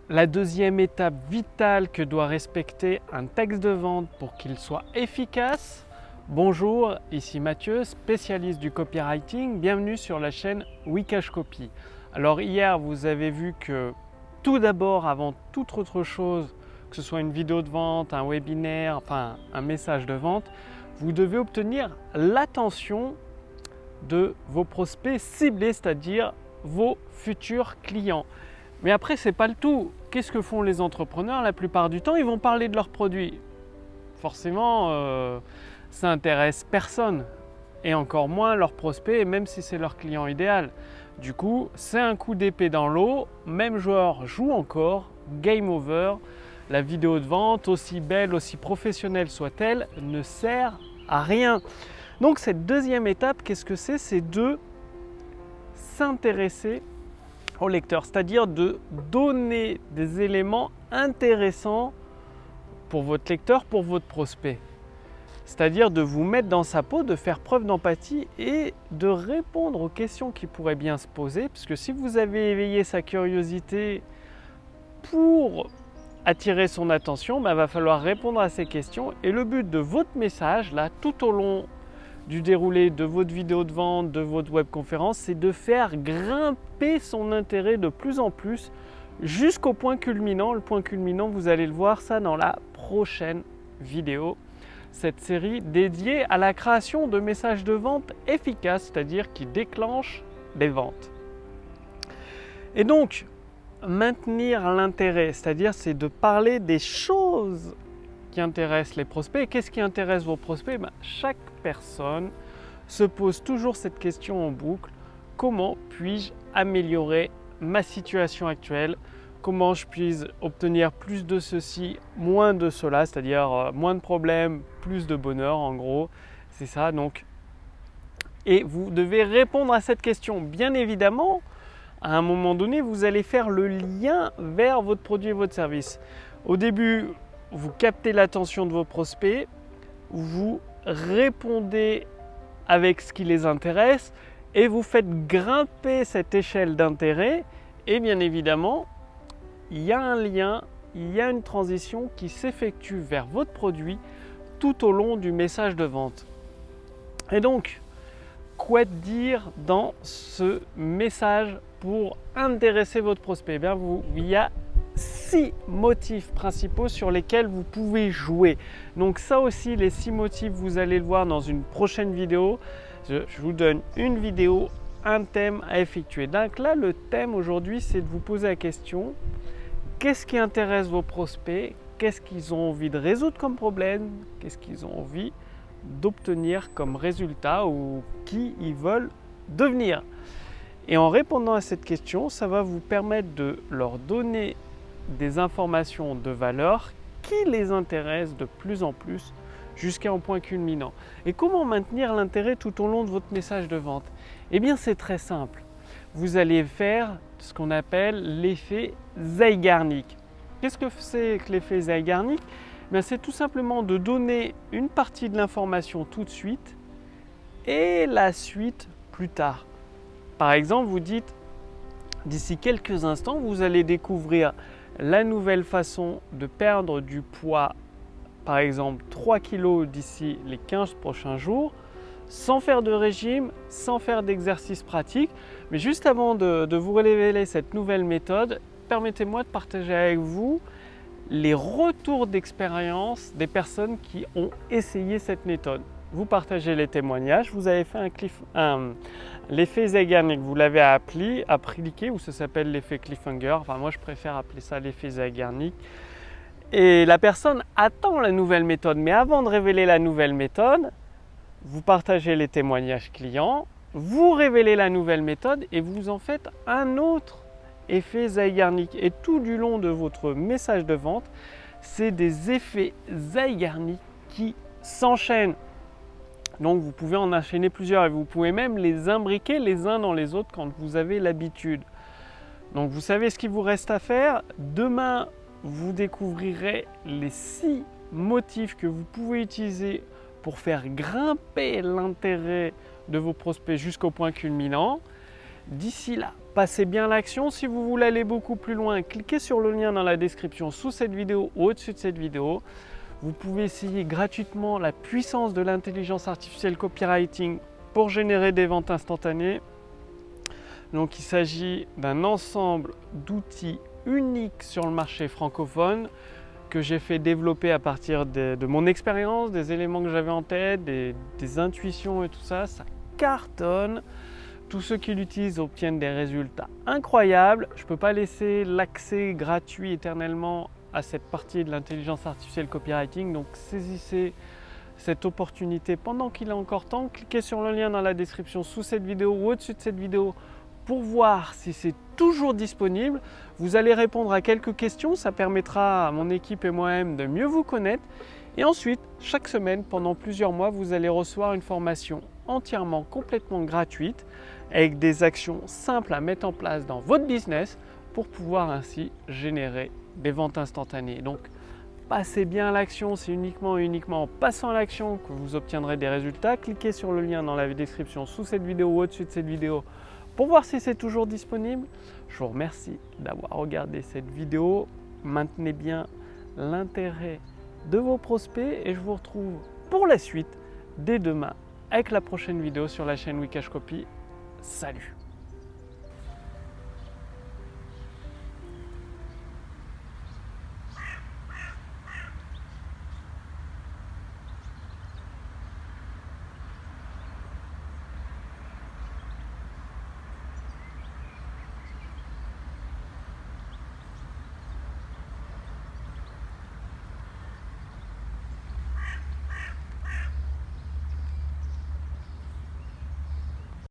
La deuxième étape vitale que doit respecter un texte de vente pour qu'il soit efficace. Bonjour, ici Mathieu, spécialiste du copywriting. Bienvenue sur la chaîn Wikash Copy. Alors hier, vous avez vu que tout d'abord, avant toute autre chose, que ce soit une vidéo de vente, un webinaire, enfin un message de vente, vous devez obtenir l'attention de vos prospects ciblés, c'est-à-dire vos futurs clients. Mais après, ce n'est pas le tout. Qu'est-ce que font les entrepreneurs? La plupart du temps, ils vont parler de leurs produits. Forcément, ça n'intéresse personne. Et encore moins leurs prospects, même si c'est leur client idéal. Du coup, c'est un coup d'épée dans l'eau. Même joueur joue encore. Game over. La vidéo de vente, aussi belle, aussi professionnelle soit-elle, ne sert à rien. Donc cette deuxième étape, qu'est-ce que c'est? C'est de s'intéresser au lecteur, c'est-à-dire de donner des éléments intéressants pour votre lecteur, pour votre prospect. C'est-à-dire de vous mettre dans sa peau, de faire preuve d'empathie et de répondre aux questions qui pourraient bien se poser. Parce que si vous avez éveillé sa curiosité pour attirer son attention, il va falloir répondre à ces questions. Et le but de votre message, là, tout au long du déroulé de votre vidéo de vente, de votre webconférence, c'est de faire grimper son intérêt de plus en plus jusqu'au point culminant. Le point culminant, vous allez le voir ça dans la prochaine vidéo. Cette série dédiée à la création de messages de vente efficaces, c'est-à-dire qui déclenchent des ventes. Et donc, maintenir l'intérêt, c'est-à-dire c'est de parler des choses qui intéressent les prospects. Et qu'est-ce qui intéresse vos prospects? Chaque personne se pose toujours cette question en boucle. Comment puis-je améliorer ma situation actuelle? Comment je puis obtenir plus de ceci, moins de cela, c'est-à-dire moins de problèmes, plus de bonheur en gros. C'est ça donc. Et vous devez répondre à cette question. Bien évidemment, à un moment donné, vous allez faire le lien vers votre produit et votre service. Au début, vous captez l'attention de vos prospects, vous répondez avec ce qui les intéresse et vous faites grimper cette échelle d'intérêt et bien évidemment, il y a un lien, il y a une transition qui s'effectue vers votre produit tout au long du message de vente. Et donc, quoi dire dans ce message pour intéresser votre prospect? Il y a 6 motifs principaux sur lesquels vous pouvez jouer. Donc ça aussi, les 6 motifs, vous allez le voir dans une prochaine vidéo. Je vous donne une vidéo, un thème à effectuer. Donc là, le thème aujourd'hui, c'est de vous poser la question: qu'est-ce qui intéresse vos prospects? Qu'est-ce qu'ils ont envie de résoudre comme problème? Qu'est-ce qu'ils ont envie d'obtenir comme résultat ou qui ils veulent devenir? Et en répondant à cette question, ça va vous permettre de leur donner des informations de valeur qui les intéressent de plus en plus jusqu'à un point culminant. Et comment maintenir l'intérêt tout au long de votre message de vente? Eh bien, c'est très simple. Vous allez faire ce qu'on appelle l'effet Zeigarnik. Qu'est-ce que c'est que l'effet Zeigarnik? C'est tout simplement de donner une partie de l'information tout de suite et la suite plus tard. Par exemple, vous dites, d'ici quelques instants, vous allez découvrir la nouvelle façon de perdre du poids, par exemple 3 kg d'ici les 15 prochains jours, sans faire de régime, sans faire d'exercice pratique. Mais juste avant de vous révéler cette nouvelle méthode, permettez-moi de partager avec vous les retours d'expérience des personnes qui ont essayé cette méthode. Vous partagez les témoignages, vous avez fait l'effet Zeigarnik, vous l'avez appliqué, ou ça s'appelle l'effet cliffhanger. Enfin, moi je préfère appeler ça l'effet Zeigarnik. Et la personne attend la nouvelle méthode, mais avant de révéler la nouvelle méthode, vous partagez les témoignages clients, vous révélez la nouvelle méthode et vous en faites un autre effet Zeigarnik. Et tout du long de votre message de vente, c'est des effets Zeigarnik qui s'enchaînent. Donc vous pouvez en enchaîner plusieurs et vous pouvez même les imbriquer les uns dans les autres quand vous avez l'habitude. Donc vous savez ce qu'il vous reste à faire. Demain, vous découvrirez les 6 motifs que vous pouvez utiliser pour faire grimper l'intérêt de vos prospects jusqu'au point culminant. D'ici là, passez bien à l'action. Si vous voulez aller beaucoup plus loin, cliquez sur le lien dans la description sous cette vidéo ou au-dessus de cette vidéo. Vous pouvez essayer gratuitement la puissance de l'intelligence artificielle copywriting pour générer des ventes instantanées. Donc il s'agit d'un ensemble d'outils uniques sur le marché francophone que j'ai fait développer à partir de mon expérience, des éléments que j'avais en tête, des intuitions et tout ça. Ça cartonne. Tous ceux qui l'utilisent obtiennent des résultats incroyables. Je ne peux pas laisser l'accès gratuit éternellement à cette partie de l'intelligence artificielle copywriting. Donc saisissez cette opportunité pendant qu'il est encore temps. Cliquez sur le lien dans la description sous cette vidéo ou au-dessus de cette vidéo pour voir si c'est toujours disponible. Vous allez répondre à quelques questions. Ça permettra à mon équipe et moi-même de mieux vous connaître. Et ensuite, chaque semaine, pendant plusieurs mois, vous allez recevoir une formation entièrement, complètement gratuite avec des actions simples à mettre en place dans votre business pour pouvoir ainsi générer des ventes instantanées. Donc, passez bien à l'action. C'est uniquement en passant à l'action que vous obtiendrez des résultats. Cliquez sur le lien dans la description sous cette vidéo ou au-dessus de cette vidéo pour voir si c'est toujours disponible. Je vous remercie d'avoir regardé cette vidéo. Maintenez bien l'intérêt de vos prospects et je vous retrouve pour la suite dès demain avec la prochaine vidéo sur la chaîne Wikash Copy. Salut!